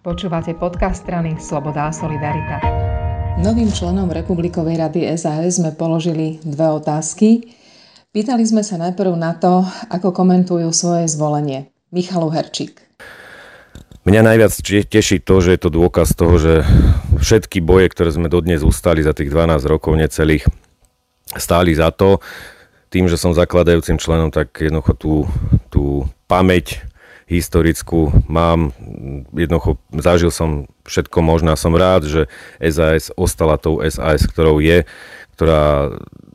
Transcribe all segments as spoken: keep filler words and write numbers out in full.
Počúvate podcast strany Sloboda a Solidarita. Novým členom Republikovej rady es a es sme položili dve otázky. Pýtali sme sa najprv na to, ako komentujú svoje zvolenie. Michal Uherčík. Mňa najviac teší to, že je to dôkaz toho, že všetky boje, ktoré sme dodnes ustali za tých dvanásť rokov necelých, stáli za to. Tým, že som zakladajúcim členom, tak jednoducho tú, tú pamäť historickú mám, jednoducho zažil som všetko možné a som rád, že es a es ostala tou es a es, ktorou je, ktorá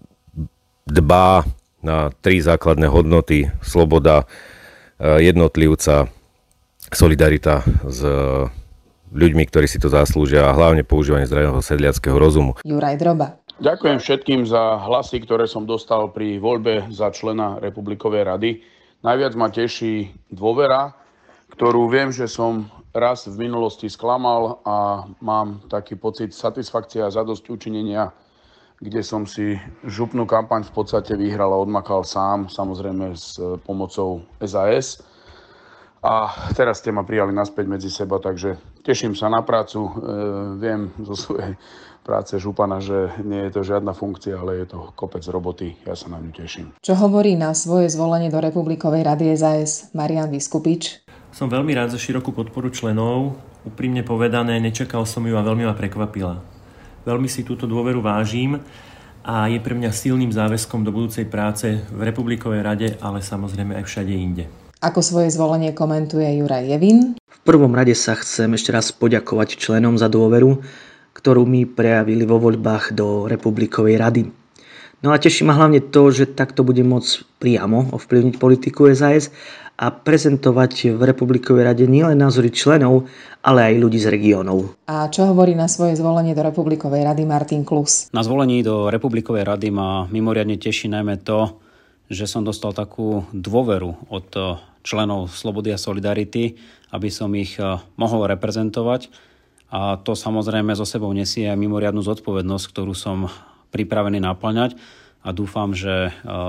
dbá na tri základné hodnoty: sloboda jednotlivca, solidarita s ľuďmi, ktorí si to zaslúžia a hlavne používanie zdravého sedliackého rozumu. Juraj Droba. Ďakujem všetkým za hlasy, ktoré som dostal pri voľbe za člena Republikovej rady. Najviac ma teší dôvera, ktorú viem, že som raz v minulosti sklamal a mám taký pocit satisfakcie a zadosť učinenia, kde som si župnú kampaň v podstate vyhral a odmakal sám, samozrejme s pomocou es a es. A teraz ste ma prijali naspäť medzi seba, takže teším sa na prácu. E, viem zo svojej práce župana, že nie je to žiadna funkcia, ale je to kopec roboty. Ja sa na ňu teším. Čo hovorí na svoje zvolenie do Republikovej rady es a es Marián Vyskupič? Som veľmi rád za širokú podporu členov. Úprimne povedané, nečakal som ju a veľmi ma prekvapila. Veľmi si túto dôveru vážim a je pre mňa silným záväzkom do budúcej práce v Republikovej rade, ale samozrejme aj všade inde. Ako svoje zvolenie komentuje Juraj Jevin? V prvom rade sa chcem ešte raz poďakovať členom za dôveru, ktorú mi prejavili vo voľbách do Republikovej rady. No a teší ma hlavne to, že takto budem môcť priamo ovplyvniť politiku es a es a prezentovať v Republikovej rade nielen názory členov, ale aj ľudí z regiónov. A čo hovorí na svoje zvolenie do Republikovej rady Martin Klus? Na zvolení do Republikovej rady ma mimoriadne teší najmä to, že som dostal takú dôveru od členov Slobody a Solidarity, aby som ich mohol reprezentovať. A to samozrejme so sebou nesie aj mimoriadnu zodpovednosť, ktorú som pripravený naplňať a dúfam, že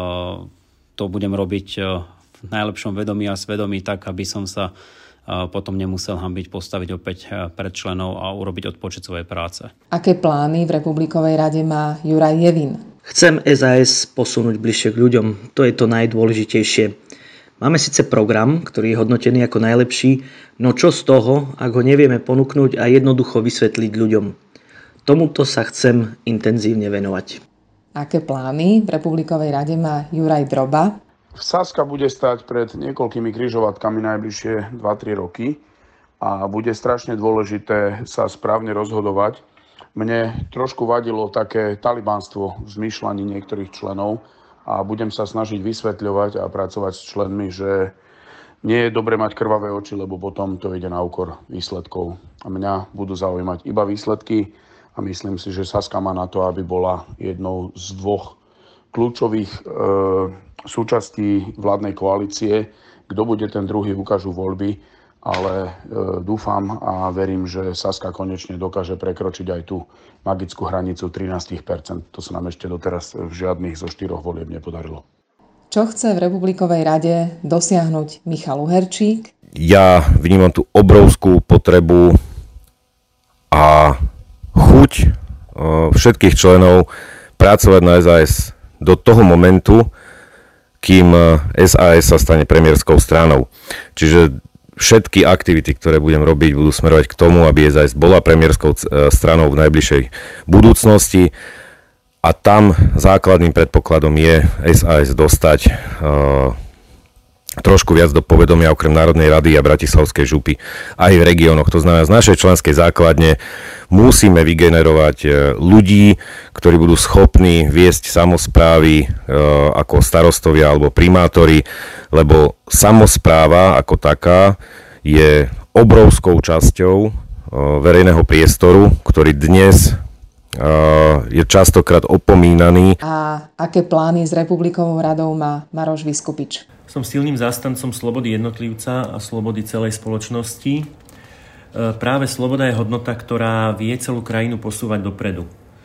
to budem robiť v najlepšom vedomí a svedomí tak, aby som sa potom nemusel hanbiť postaviť opäť pred členov a urobiť odpočet svojej práce. Aké plány v Republikovej rade má Juraj Jevin? Chcem es a es posunúť bližšie k ľuďom. To je to najdôležitejšie. Máme síce program, ktorý je hodnotený ako najlepší, no čo z toho, ak ho nevieme ponúknuť a jednoducho vysvetliť ľuďom? Tomuto sa chcem intenzívne venovať. Aké plány v Republikovej rade má Juraj Droba? Saska bude stať pred niekoľkými križovatkami najbližšie dva tri roky a bude strašne dôležité sa správne rozhodovať. Mne trošku vadilo také talibánstvo v zmýšľaní niektorých členov a budem sa snažiť vysvetľovať a pracovať s členmi, že nie je dobre mať krvavé oči, lebo potom to ide na úkor výsledkov. A mňa budú zaujímať iba výsledky a myslím si, že Saska má na to, aby bola jednou z dvoch kľúčových e, súčastí vládnej koalície. Kto bude ten druhý, ukážu voľby. Ale e, dúfam a verím, že Saska konečne dokáže prekročiť aj tú magickú hranicu trinásť percent. To sa nám ešte doteraz v žiadnych zo štyroch volieb nepodarilo. Čo chce v Republikovej rade dosiahnuť Michal Uherčík? Ja vnímam tú obrovskú potrebu a chuť e, všetkých členov pracovať na es a es do toho momentu, kým es a es sa stane premiérskou stranou. Čiže všetky aktivity, ktoré budem robiť, budú smerovať k tomu, aby es a es bola premiérskou stranou v najbližšej budúcnosti a tam základným predpokladom je es a es dostať uh, trošku viac do povedomia okrem Národnej rady a Bratislavskej župy aj v regiónoch. To znamená, z našej členskej základne musíme vygenerovať ľudí, ktorí budú schopní viesť samosprávy ako starostovia alebo primátori, lebo samospráva ako taká je obrovskou časťou verejného priestoru, ktorý dnes je častokrát opomínaný. A aké plány s Republikovou radou má Maroš Vyskupič? Som silným zástancom slobody jednotlivca a slobody celej spoločnosti. Práve sloboda je hodnota, ktorá vie celú krajinu posúvať dopredu.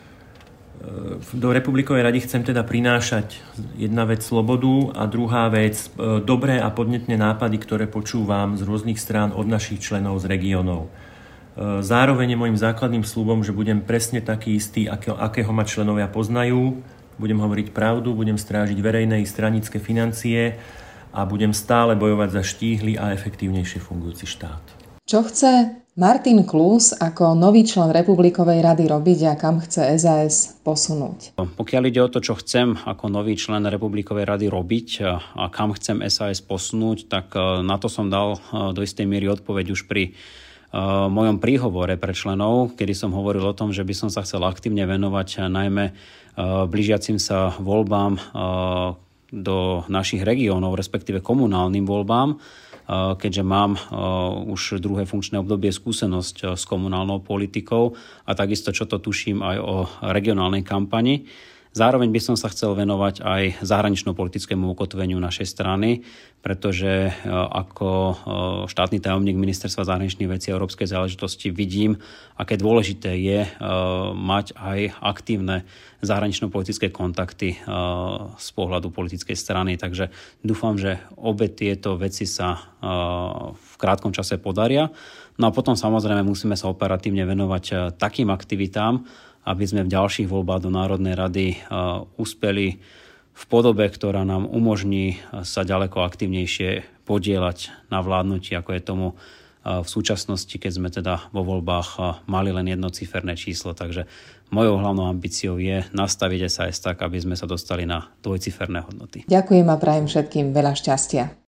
Do Republikovej rady chcem teda prinášať jedna vec slobodu a druhá vec dobré a podnetné nápady, ktoré počúvam z rôznych strán od našich členov z regiónov. Zároveň je môjim základným sľubom, že budem presne taký istý, akého ma členovia poznajú. Budem hovoriť pravdu, budem strážiť verejné i stranické financie a budem stále bojovať za štíhly a efektívnejšie fungujúci štát. Čo chce Martin Klus ako nový člen Republikovej rady robiť a kam chce es a es posunúť? Pokiaľ ide o to, čo chcem ako nový člen Republikovej rady robiť a kam chcem es a es posunúť, tak na to som dal do istej miery odpoveď už pri mojom príhovore pre členov, kedy som hovoril o tom, že by som sa chcel aktívne venovať najmä blížiacim sa voľbám do našich regiónov, respektíve komunálnym voľbám, keďže mám už druhé funkčné obdobie skúsenosť s komunálnou politikou a takisto, čo to tuším aj o regionálnej kampani. Zároveň by som sa chcel venovať aj zahranično-politickému ukotveniu našej strany, pretože ako štátny tajomník Ministerstva zahraničných vecí a európskej záležitosti vidím, aké dôležité je mať aj aktívne zahranično-politické kontakty z pohľadu politickej strany. Takže dúfam, že obe tieto veci sa v krátkom čase podaria. No a potom samozrejme musíme sa operatívne venovať takým aktivitám, aby sme v ďalších voľbách do Národnej rady uh, uspeli v podobe, ktorá nám umožní sa ďaleko aktívnejšie podieľať na vládnutí, ako je tomu uh, v súčasnosti, keď sme teda vo voľbách uh, mali len jednociferné číslo. Takže mojou hlavnou ambíciou je nastaviť es a es tak, aby sme sa dostali na dvojciferné hodnoty. Ďakujem a prajem všetkým veľa šťastia.